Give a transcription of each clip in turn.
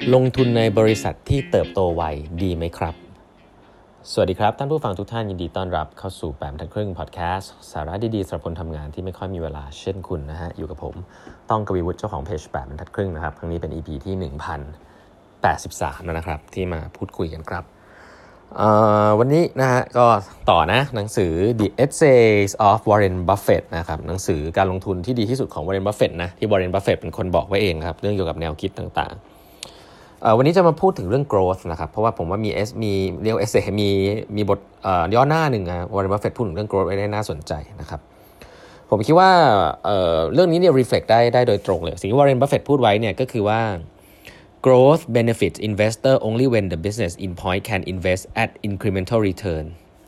ลงทุนในบริษัทที่เติบโตไวดีไหมครับสวัสดีครับท่านผู้ฟังทุกท่านยินดีต้อนรับเข้าสู่8 บรรทัดครึ่งพอดแคสต์สาระดีๆสำหรับคนทำงานที่ไม่ค่อยมีเวลาเช่นคุณนะฮะอยู่กับผมต้องกวีวุฒิเจ้าของเพจ8 บรรทัดครึ่งนะครับครั้งนี้เป็น EP ที่ 1083 แล้วนะครับที่มาพูดคุยกันครับวันนี้นะฮะก็ต่อนะหนังสือ The Essays of Warren Buffett นะครับหนังสือการลงทุนที่ดีที่สุดของ Warren Buffett นะที่ Warren Buffett เป็นคนบอกไว้เองครับเรื่องเกี่ยวกับแนวคิดต่างๆวันนี้จะมาพูดถึงเรื่อง growth นะครับเพราะว่าผมว่ามีเรียก essay มีบทย่อหน้าหนึ่งนะ Warren Buffett พูดถึงเรื่อง growth ไว้ได้น่าสนใจนะครับผมคิดว่าเรื่องนี้เนี่ย reflect ได้โดยตรงเลยสิ่งที่ Warren Buffett พูดไว้เนี่ยก็คือว่าGrowth benefits investor only when the business in point can invest at incremental return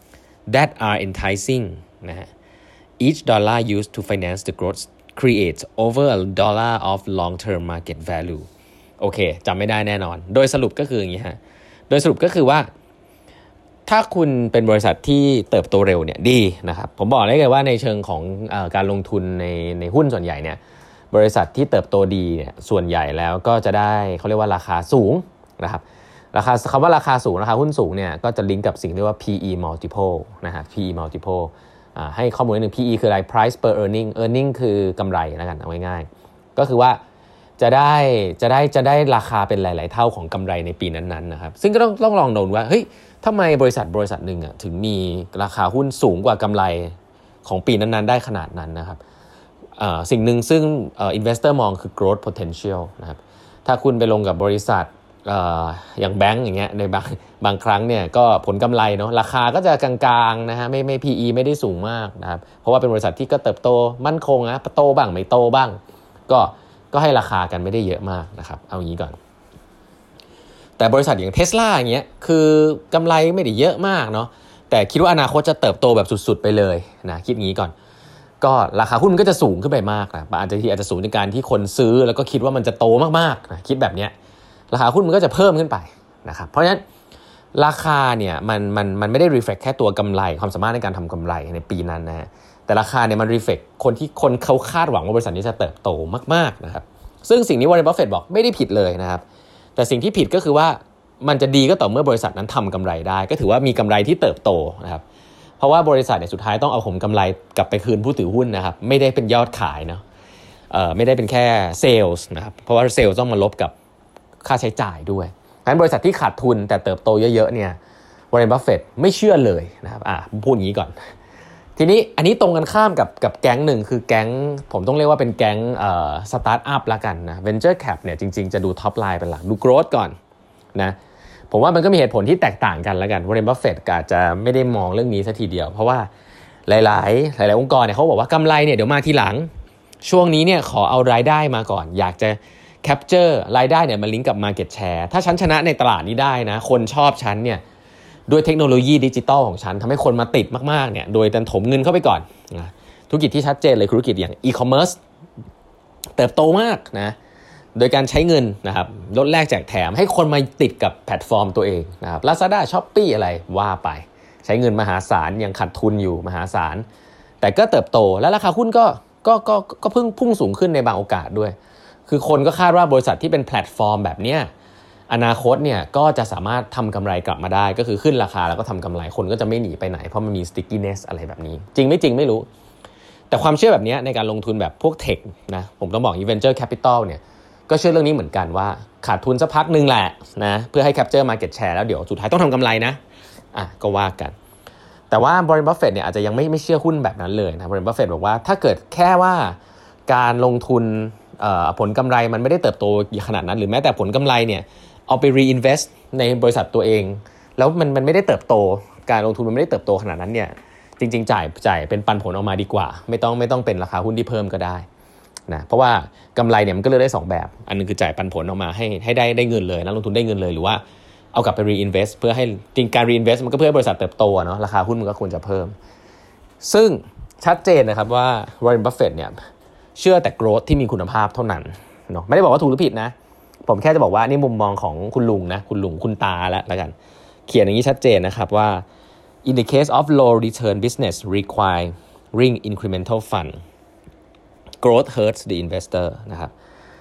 that are enticing นะฮะ Each dollar used to finance the growth creates over a dollar of long-term market value โอเคจำไม่ได้แน่นอนโดยสรุปก็คืออย่างนี้ฮะโดยสรุปก็คือว่าถ้าคุณเป็นบริษัทที่เติบโตเร็วเนี่ยดีนะครับผมบอกได้เลยว่าในเชิงของการลงทุนในหุ้นส่วนใหญ่เนี่ยบริษัทที่เติบโตดีเนี่ยส่วนใหญ่แล้วก็จะได้เขาเรียกว่าราคาสูงนะครับคำว่าราคาสูงราคาหุ้นสูงเนี่ยก็จะลิงก์กับสิ่งที่เรียกว่า PE multiple นะฮะ PE multiple ให้ข้อมูลนิดนึง PE คืออะไร price per earning คือกำไรแล้วกันเอาง่ายๆก็คือว่าจะได้ราคาเป็นหลายๆเท่าของกำไรในปีนั้นๆนะครับซึ่งก็ต้องลองดูว่าเฮ้ยทำไมบริษัทหนึ่งถึงมีราคาหุ้นสูงกว่ากำไรของปีนั้นๆได้ขนาดนั้นนะครับสิ่งหนึ่งซึ่งinvestor มองคือ growth potential นะครับถ้าคุณไปลงกับบริษัทอย่างแบงก์อย่างเงี้ยในบางครั้งเนี่ยก็ผลกำไรเนาะราคาก็จะกลางๆนะฮะไม่ PE ไม่ได้สูงมากนะครับเพราะว่าเป็นบริษัทที่ก็เติบโตมั่นคงนะโตบ้างไม่โตบ้างก็ให้ราคากันไม่ได้เยอะมากนะครับเอางี้ก่อนแต่บริษัทอย่าง Tesla อย่างเงี้ยคือกำไรไม่ได้เยอะมากเนาะแต่คิดว่าอนาคตจะเติบโตแบบสุดๆไปเลยนะคิดงี้ก่อนก็ราคาหุ้นมันก็จะสูงขึ้นไปมากนะอาจจะสูงในการที่คนซื้อแล้วก็คิดว่ามันจะโตมากๆนะคิดแบบเนี้ยราคาหุ้นมันก็จะเพิ่มขึ้นไปนะครับเพราะฉะนั้นราคาเนี่ยมันไม่ได้ reflect แค่ตัวกำไรความสามารถในการทำกำไรในปีนั้นนะฮะแต่ราคาเนี่ยมัน reflect คนเขาคาดหวังว่าบริษัทนี้จะเติบโตมากๆนะครับซึ่งสิ่งนี้ Warren Buffett บอกไม่ได้ผิดเลยนะครับแต่สิ่งที่ผิดก็คือว่ามันจะดีก็ต่อเมื่อบริษัทนั้นทำกำไรได้ก็ถือว่ามีกำไรที่เติบโตนะครับเพราะว่าบริษัทเนี่ยสุดท้ายต้องเอาผลกำไรกลับไปคืนผู้ถือหุ้นนะครับไม่ได้เป็นยอดขายเนาะไม่ได้เป็นแค่เซลล์นะครับเพราะว่าเซลล์ต้องมาลบกับค่าใช้จ่ายด้วยงั้นบริษัทที่ขาดทุนแต่เติบโตเยอะๆเนี่ยวอร์เรน บัฟเฟตต์ไม่เชื่อเลยนะครับพูดอย่างนี้ก่อนทีนี้อันนี้ตรงกันข้ามกับแก๊งหนึ่งคือแก๊งผมต้องเรียกว่าเป็นแก๊งสตาร์ทอัพละกันนะ Venture Cap เนี่ยจริงๆจะดูท็อปไลน์เป็นหลักดู growth ก่อนนะผมว่ามันก็มีเหตุผลที่แตกต่างกันแล้วกันวอร์เรน บัฟเฟตต์อาจจะไม่ได้มองเรื่องนี้ซะทีเดียวเพราะว่าหลายองค์กรเนี่ยเขาบอกว่ากำไรเนี่ยเดี๋ยวมาทีหลังช่วงนี้เนี่ยขอเอารายได้มาก่อนอยากจะแคปเจอร์รายได้เนี่ยมาลิงก์กับ Market Share ถ้าฉันชนะในตลาดนี้ได้นะคนชอบฉันเนี่ยด้วยเทคโนโลยีดิจิตอลของฉันทำให้คนมาติดมากๆเนี่ยโดยการถมเงินเข้าไปก่อนนะธุรกิจที่ชัดเจนเลยธุรกิจอย่างอีคอมเมิร์ซเติบโตมากนะโดยการใช้เงินนะครับลดแลกแจกแถมให้คนมาติดกับแพลตฟอร์มตัวเองนะครับ Lazada Shopee อะไรว่าไปใช้เงินมหาศาลยังขาดทุนอยู่มหาศาลแต่ก็เติบโตและราคาหุ้นก็เพิ่งพุ่งสูงขึ้นในบางโอกาสด้วยคือคนก็คาดว่าบริษัทที่เป็นแพลตฟอร์มแบบเนี้ยอนาคตเนี่ยก็จะสามารถทำกำไรกลับมาได้ก็คือขึ้นราคาแล้วก็ทำกำไรคนก็จะไม่หนีไปไหนเพราะมันมี stickiness อะไรแบบนี้จริงไม่รู้แต่ความเชื่อแบบนี้ในการลงทุนแบบพวกเทคนะผมต้องบอก venture capital เนี่ยก็เชื่อเรื่องนี้เหมือนกันว่าขาดทุนสักพักนึงแหละนะเพื่อให้ capture market share แล้วเดี๋ยวสุดท้ายต้องทำกำไรนะก็ว่ากันแต่ว่าบรอน บัฟเฟตต์เนี่ยอาจจะยังไม่เชื่อหุ้นแบบนั้นเลยนะบรอน บัฟเฟตต์บอกว่าถ้าเกิดแค่ว่าการลงทุนผลกำไรมันไม่ได้เติบโตขนาดนั้นหรือแม้แต่ผลกำไรเนี่ยเอาไป reinvest ในบริษัทตัวเองแล้วมันไม่ได้เติบโตการลงทุนมันไม่ได้เติบโตขนาดนั้นเนี่ยจริงๆจ่ายเป็นปันผลออกมาดีกว่าไม่ต้องเป็นราคาหุ้นที่เพิ่มก็ได้นะเพราะว่ากำไรเนี่ยมันก็เลยได้2แบบอันนึงคือจ่ายปันผลออกมาให้ได้เงินเลยนักลงทุนได้เงินเลยหรือว่าเอากลับไป reinvest เพื่อให้จริงการ reinvest มันก็เพื่อให้บริษัทเติบโตเนาะราคาหุ้นมันก็ควรจะเพิ่มซึ่งชัดเจนนะครับว่าวอร์เรน บัฟเฟตต์เนี่ยเชื่อแต่ growth ที่มีคุณภาพเท่านั้นเนาะไม่ได้บอกว่าถูกหรือผิดนะผมแค่จะบอกว่านี่มุมมองของคุณลุงนะคุณตาแล้วกันเขียนอย่างนี้ชัดเจนนะครับว่า in the case of low return business requiring incremental fund growth hurts the investor นะครับ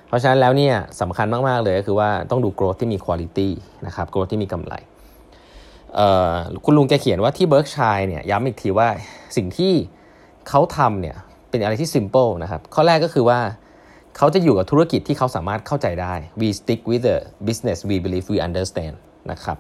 เพราะฉะนั้นแล้วเนี่ยสำคัญมากๆเลยก็คือว่าต้องดู growth ที่มี quality นะครับ growth ที่มีกำไรคุณลุงแกเขียนว่าที่ Berkshire เนี่ยย้ำอีกทีว่าสิ่งที่เขาทำเนี่ยเป็นอะไรที่ simple นะครับข้อแรกก็คือว่าเขาจะอยู่กับธุรกิจที่เขาสามารถเข้าใจได้ we stick with the business we believe we understand นะครับ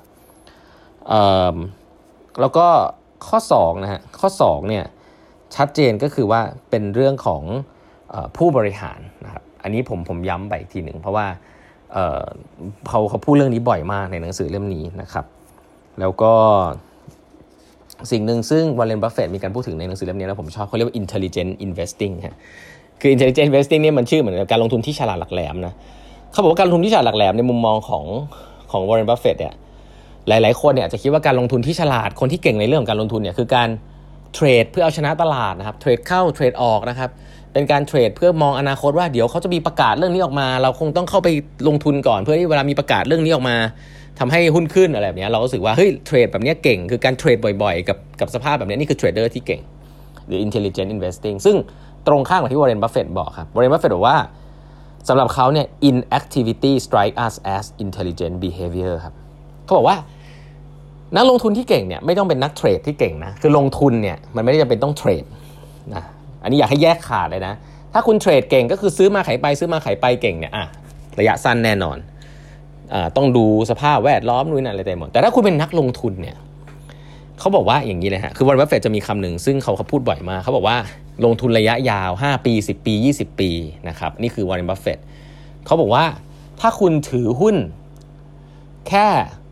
แล้วก็ข้อ2นะฮะข้อ2เนี่ยชัดเจนก็คือว่าเป็นเรื่องของผู้บริหารนะครับอันนี้ผมย้ำไปอีกทีหนึ่งเพราะว่าเขาพูดเรื่องนี้บ่อยมากในหนังสือเล่มนี้นะครับแล้วก็สิ่งหนึ่งซึ่งวอร์เรน บัฟเฟตต์มีการพูดถึงในหนังสือเล่มนี้แล้วผมชอบเขาเรียกว่า intelligent investing ฮะคือ intelligent investing เนี่ยมันชื่อเหมือนกับการลงทุนที่ฉลาดหลักแหลมนะเขาบอกว่าการลงทุนที่ฉลาดหลักแหลมในมุมมองของวอร์เรน บัฟเฟตต์เนี่ยหลายๆคนเนี่ยจะคิดว่าการลงทุนที่ฉลาดคนที่เก่งในเรื่องของการลงทุนเนี่ยคือการเทรดเพื่อเอาชนะตลาดนะครับเทรดเข้าเทรดออกนะครับเป็นการเทรดเพื่อมองอนาคตว่าเดี๋ยวเขาจะมีประกาศเรื่องนี้ออกมาเราคงต้องเข้าไปลงทุนก่อนเพื่อที่เวลามีประกาศเรื่องนี้ออกมาทำให้หุ้นขึ้นอะไรแบบนี้เราก็รู้สึกว่าเฮ้ยเทรดแบบนี้เก่งคือการเทรดบ่อยๆกับสภาพแบบนี้นี่คือเทรดเดอร์ที่เก่งหรือ intelligent investing ซึ่งตรงข้ามกับที่วอร์เรน บัฟเฟตต์บอกครับวอร์เรน บัฟเฟตต์บอกว่าสำหรับเขาเนี่ย inactivity strike us as intelligent behavior ครับเขาบอกว่านักลงทุนที่เก่งเนี่ยไม่ต้องเป็นนักเทรดที่เก่งนะคือลงทุนเนี่ยมันไม่ได้จำเป็นต้องเทรดนะอันนี้อยากให้แยกขาดเลยนะถ้าคุณเทรดเก่งก็คือซื้อมาขายไปซื้อมาขายไปเก่งเนี่ยระยะสั้นแน่นอนต้องดูสภาพแวดล้อมนู่นนั่นอะไรหมดแต่ถ้าคุณเป็นนักลงทุนเนี่ยเขาบอกว่าอย่างนี้เลยฮะคือวอร์เรน บัฟเฟตต์จะมีคำหนึ่งซึ่งเขาพูดบ่อยมากเขาบอกว่าลงทุนระยะยาว5ปี10ปี20ปีนะครับนี่คือวอร์เรน บัฟเฟตต์เขาบอกว่าถ้าคุณถือหุ้นแค่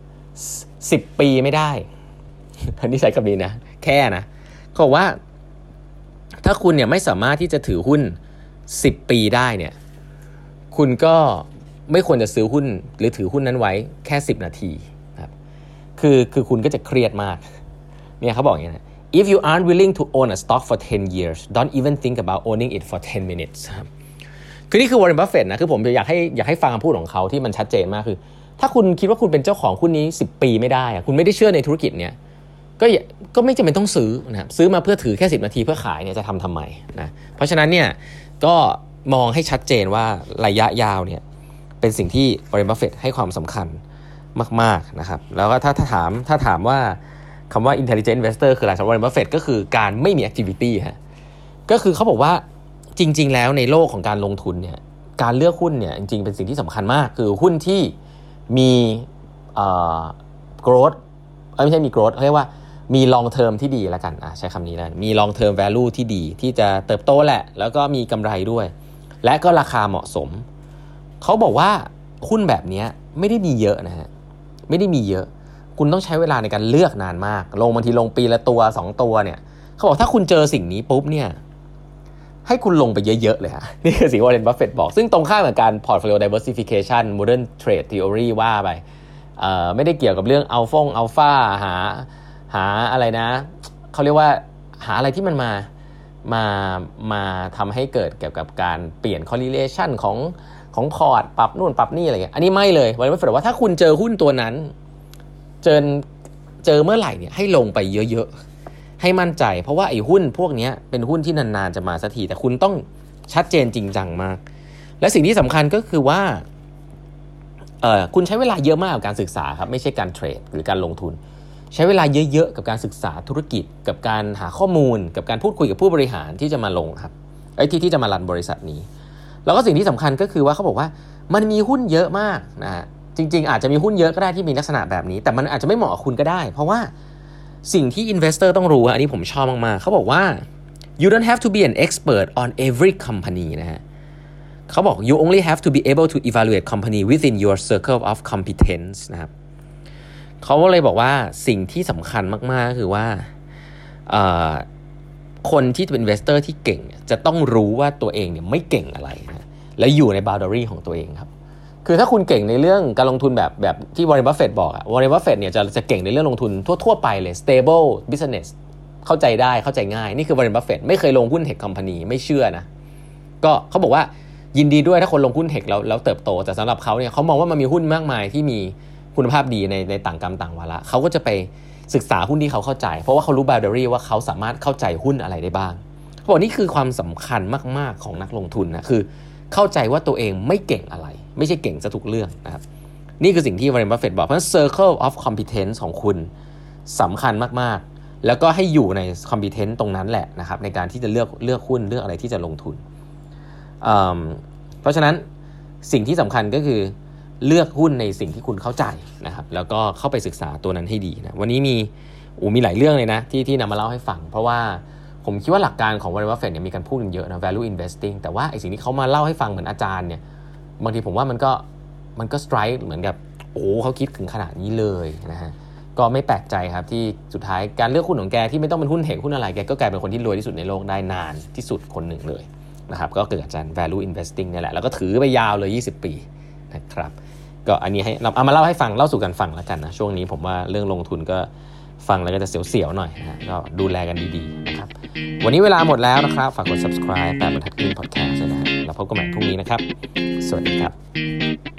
10ปีไม่ได้อันนี้ใช้คำนี้นะแค่นะเขาบอกว่าถ้าคุณเนี่ยไม่สามารถที่จะถือหุ้น10ปีได้เนี่ยคุณก็ไม่ควรจะซื้อหุ้นหรือถือหุ้นนั้นไว้แค่10นาทีครับคือคุณก็จะเครียดมากเนี่ยเขาบอกอย่างนี้นะ if you aren't willing to own a stock for 10 years don't even think about owning it for 10 minutes คือนี่คือวอร์เรน บัฟเฟตต์นะคือผมอยากให้ฟังคำพูดของเขาที่มันชัดเจนมากคือถ้าคุณคิดว่าคุณเป็นเจ้าของหุ้นนี้10ปีไม่ได้คุณไม่ได้เชื่อในธุรกิจเนี่ยก็ไม่จำเป็นต้องซื้อนะครับซื้อมาเพื่อถือแค่10นาทีเพื่อขายเนี่ยจะทำไมนะเพราะฉะนั้นเนี่ยก็มองให้ชัดเจนว่าระยะยาวเนี่ยเป็นสิ่งที่วอร์เรน บัฟเฟตต์ให้ความสำคัญมากๆนะครับแล้วก็ถ้าถามว่าคำว่า intelligent investor คืออะไรสำหรับวอร์เรน บัฟเฟตต์ก็คือการไม่มี activity ฮะก็คือเขาบอกว่าจริงๆแล้วในโลกของการลงทุนเนี่ยการเลือกหุ้นเนี่ยจริงๆเป็นสิ่งที่สำคัญมากคือหุ้นที่มีgrowth ไม่ใช่มี growth เขาเรียกว่ามี long term ที่ดีแล้วกันใช้คำนี้แล้วมี long term value ที่ดีที่จะเติบโตแหละแล้วก็มีกำไรด้วยและก็ราคาเหมาะสมเขาบอกว่าหุ้นแบบนี้ไม่ได้มีเยอะนะฮะไม่ได้มีเยอะคุณต้องใช้เวลาในการเลือกนานมากบางทีลงปีละตัว2ตัวเนี่ยเขาบอกถ้าคุณเจอสิ่งนี้ปุ๊บเนี่ยให้คุณลงไปเยอะๆเลยฮะนี่คือสิ่งที่วอร์เรน บัฟเฟตต์บอกซึ่งตรงข้ามกับการ portfolio diversification modern trade theory ว่าไปไม่ได้เกี่ยวกับเรื่องอัลฟาหาอะไรนะเขาเรียกว่าหาอะไรที่มันมาทำให้เกิดเกี่ยวกับการเปลี่ยน correlation ของพอร์ตปรับนู่นปรับนี่อะไรเงี้ยอันนี้ไม่เลยวอร์เรน บัฟเฟตต์บอกว่าถ้าคุณเจอหุ้นตัวนั้นเจอเมื่อไหร่เนี่ยให้ลงไปเยอะๆให้มั่นใจเพราะว่าไอ้หุ้นพวกนี้เป็นหุ้นที่นานๆจะมาสักทีแต่คุณต้องชัดเจนจริงจังมากและสิ่งที่สำคัญก็คือว่าคุณใช้เวลาเยอะมากกับการศึกษาครับไม่ใช่การเทรดหรือการลงทุนใช้เวลาเยอะๆกับการศึกษาธุรกิจกับการหาข้อมูลกับการพูดคุยกับผู้บริหารที่จะมาลงครับที่จะมารันบริษัทนี้แล้วก็สิ่งที่สำคัญก็คือว่าเขาบอกว่ามันมีหุ้นเยอะมากนะฮะจริงๆอาจจะมีหุ้นเยอะก็ได้ที่มีลักษณะแบบนี้แต่มันอาจจะไม่เหมาะกับคุณก็ได้เพราะว่าสิ่งที่ investor ต้องรู้อันนี้ผมชอบมากๆเขาบอกว่า you don't have to be an expert on every company นะฮะเขาบอก you only have to be able to evaluate company within your circle of competence นะครับเขาเลยบอกว่าสิ่งที่สำคัญมากๆก็คือว่าคนที่เป็น investor ที่เก่งจะต้องรู้ว่าตัวเองเนี่ยไม่เก่งอะไรนะและอยู่ใน boundary ของตัวเองครับคือถ้าคุณเก่งในเรื่องการลงทุนแบบที่วอร์เรน บัฟเฟตต์บอกวอร์เรน บัฟเฟตต์เนี่ยจะเก่งในเรื่องลงทุนทั่วๆไปเลย stable business เข้าใจได้เข้าใจง่ายนี่คือวอร์เรน บัฟเฟตต์ไม่เคยลงหุ้นเทคคอมพานีไม่เชื่อนะก็เขาบอกว่ายินดีด้วยถ้าคนลงหุ้นเทคแล้วเติบโตแต่สำหรับเขาเนี่ยเขามองว่ามันมีหุ้นมากมายที่มีคุณภาพดีในต่างกรรมต่างวาระเขาก็จะไปศึกษาหุ้นที่เขาเข้าใจเพราะว่าเขารู้ boundary ว่าเขาสามารถเข้าใจหุ้นอะไรได้บ้างเขาบอกนี่คือความสำคัญมากๆของนักลงทุนนะคือเข้าใจว่าตัวเองไม่เก่งอะไรไม่ใช่เก่งซะทุกเรื่องนะครับนี่คือสิ่งที่วอร์เรน บัฟเฟตต์บอกเพราะฉะนั้น circle of competence ของคุณสำคัญมากๆแล้วก็ให้อยู่ใน competence ตรงนั้นแหละนะครับในการที่จะเลือกหุ้นเลือกอะไรที่จะลงทุนเพราะฉะนั้นสิ่งที่สำคัญก็คือเลือกหุ้นในสิ่งที่คุณเข้าใจนะครับแล้วก็เข้าไปศึกษาตัวนั้นให้ดีนะวันนี้มีหลายเรื่องเลยนะที่นำมาเล่าให้ฟังเพราะว่าผมคิดว่าหลักการของ Warren Buffett เนี่ยมีการพูดกันเยอะนะ value investing แต่ว่าไอ้สิ่งที่เขามาเล่าให้ฟังเหมือนอาจารย์เนี่ยบางทีผมว่ามันก็ strike เหมือนกับเขาคิดถึงขนาดนี้เลยนะฮะก็ไม่แปลกใจครับที่สุดท้ายการเลือกหุ้นของแกที่ไม่ต้องเป็นหุ้นเทคหุ้นอะไรแกก็กลายเป็นคนที่รวยที่สุดในโลกได้นานที่สุดคนหนึ่งเลยนะครับก็เกิดจากการ value investing นี่แหละแล้วก็ถือไปยาวเลย20 ปีนะครับก็อันนี้ให้เราเอามาเล่าให้ฟังเล่าสู่กันฟังแล้วกันนะช่วงนี้ผมว่าเรื่องลงทุนก็ฟังแล้วก็จะเสียวๆหน่อยนะก็ดูแลกันดีๆนะครับวันนี้เวลาหมดแล้วนะครับฝากกด subscribe 8 บรรทัดครึ่ง podcast นะฮะแล้วพบกันใหม่พรุ่งนี้นะครับสวัสดีครับ